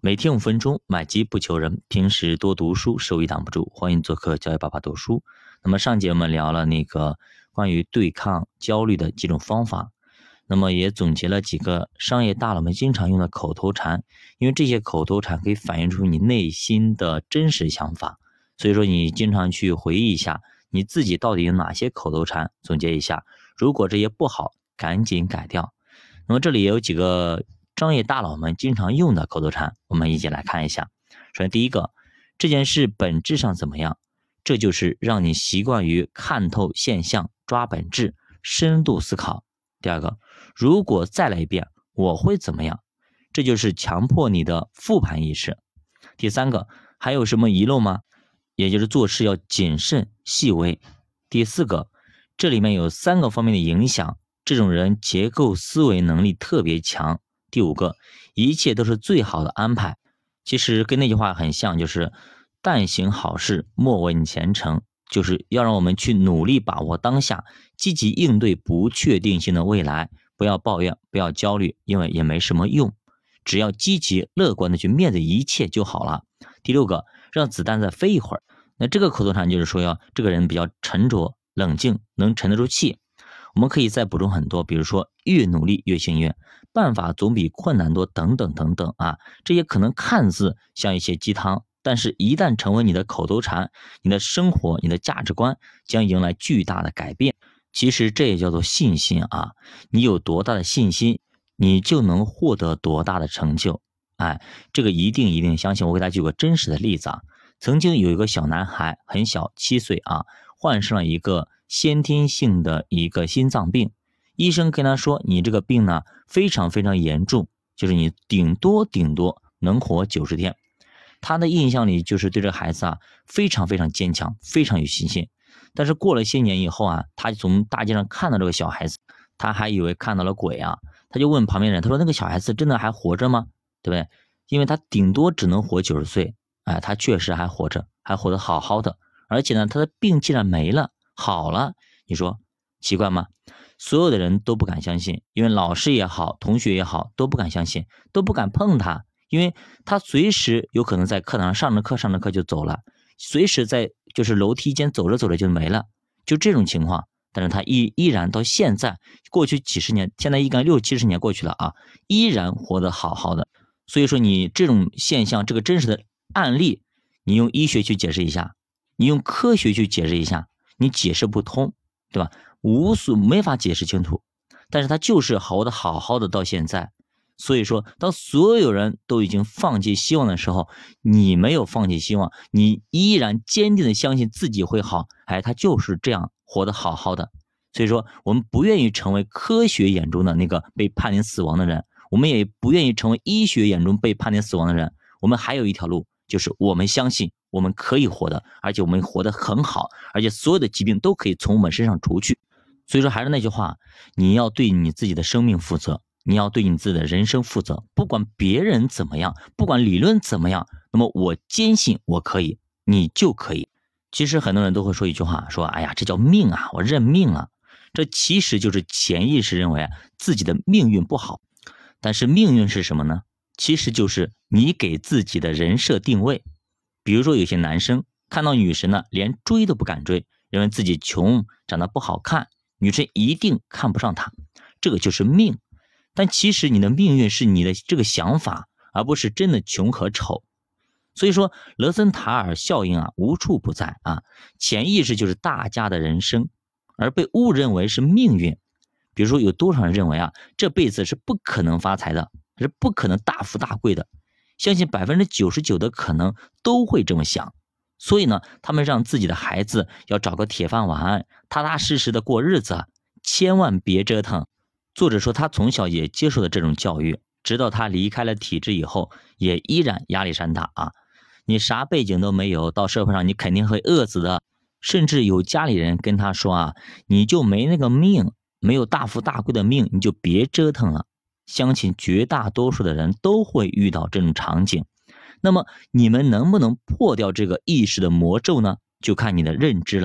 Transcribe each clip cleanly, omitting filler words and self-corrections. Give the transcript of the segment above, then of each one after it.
每天5分钟，买机不求人。平时多读书，收益挡不住。欢迎做客教育爸爸读书。那么上节我们聊了关于对抗焦虑的几种方法，那么也总结了几个商业大佬们经常用的口头禅，因为这些口头禅可以反映出你内心的真实想法，所以说你经常去回忆一下你自己到底有哪些口头禅，总结一下，如果这些不好，赶紧改掉。那么这里也有几个商业大佬们经常用的口头禅，我们一起来看一下。首先第一个，这件事本质上怎么样，这就是让你习惯于看透现象，抓本质，深度思考。第二个，如果再来一遍，我会怎么样，这就是强迫你的复盘意识。第三个，还有什么遗漏吗？也就是做事要谨慎细微。第四个，这里面有3个方面的影响，这种人结构思维能力特别强。第5个，一切都是最好的安排。其实跟那句话很像，就是但行好事，莫问前程，就是要让我们去努力把握当下，积极应对不确定性的未来，不要抱怨，不要焦虑，因为也没什么用，只要积极乐观的去面对一切就好了。第6个，让子弹再飞一会儿。那这个口头禅就是说这个人比较沉着冷静，能沉得住气。我们可以再补充很多，比如说越努力越幸运，办法总比困难多，等等等等啊。这些可能看似像一些鸡汤，但是一旦成为你的口头禅，你的生活，你的价值观将迎来巨大的改变。其实这也叫做信心啊，你有多大的信心，你就能获得多大的成就。这个一定相信。我给大家举个真实的例子啊，曾经有一个小男孩，很小，7岁啊，患上了一个先天性的一个心脏病。医生跟他说，你这个病呢非常非常严重，就是你顶多能活90天。他的印象里就是对这个孩子啊非常非常坚强，非常有信心。但是过了些年以后啊，他从大街上看到这个小孩子，他还以为看到了鬼啊，他就问旁边人，他说那个小孩子真的还活着吗？对不对？因为他顶多只能活90岁，他确实还活着，还活得好好的，而且呢他的病竟然没了，好了，你说奇怪吗？所有的人都不敢相信，因为老师也好，同学也好，都不敢相信，都不敢碰他，因为他随时有可能在课堂上着课就走了，随时在就是楼梯间走着就没了，就这种情况。但是他依然到现在，过去几十年，现在应该60、70年过去了啊，依然活得好好的。所以说你这种现象，这个真实的案例，你用医学去解释一下，你用科学去解释一下，你解释不通，对吧？没法解释清楚，但是他就是活得好好的到现在。所以说当所有人都已经放弃希望的时候，你没有放弃希望，你依然坚定的相信自己会好，他就是这样活得好好的。所以说我们不愿意成为科学眼中的那个被判定死亡的人，我们也不愿意成为医学眼中被判定死亡的人。我们还有一条路，就是我们相信我们可以活的，而且我们活得很好，而且所有的疾病都可以从我们身上除去。所以说还是那句话，你要对你自己的生命负责，你要对你自己的人生负责，不管别人怎么样，不管理论怎么样，那么我坚信我可以，你就可以。其实很多人都会说一句话，说哎呀，这叫命啊，我认命了。这其实就是潜意识认为自己的命运不好。但是命运是什么呢？其实就是你给自己的人设定位。比如说有些男生看到女神呢，连追都不敢追，认为自己穷，长得不好看，女生一定看不上他，这个就是命。但其实你的命运是你的这个想法，而不是真的穷和丑。所以说勒森塔尔效应无处不在啊，潜意识就是大家的人生，而被误认为是命运。比如说有多少人认为这辈子是不可能发财的，是不可能大富大贵的，相信99%的可能都会这么想。所以呢，他们让自己的孩子要找个铁饭碗，踏踏实实的过日子，千万别折腾。作者说他从小也接受了这种教育，直到他离开了体制以后，也依然压力山大你啥背景都没有，到社会上你肯定会饿死的。甚至有家里人跟他说你就没那个命，没有大富大贵的命，你就别折腾了。相信绝大多数的人都会遇到这种场景。那么你们能不能破掉这个意识的魔咒呢？就看你的认知了。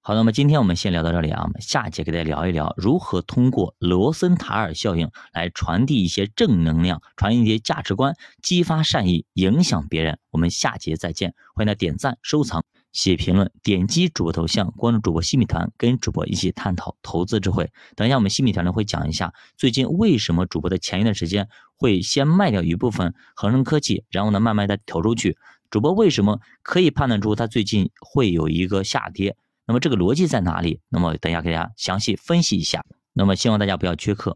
好，那么今天我们先聊到这里啊，我们下节给大家聊一聊如何通过罗森塔尔效应来传递一些正能量，传递一些价值观，激发善意，影响别人。我们下节再见，欢迎大家点赞、收藏、写评论，点击主播头像，关注主播新米团，跟主播一起探讨投资智慧。等一下我们新米团呢会讲一下最近为什么主播的前一段时间会先卖掉一部分恒生科技，然后呢慢慢的投出去。主播为什么可以判断出它最近会有一个下跌？那么这个逻辑在哪里？那么等一下给大家详细分析一下。那么希望大家不要缺课。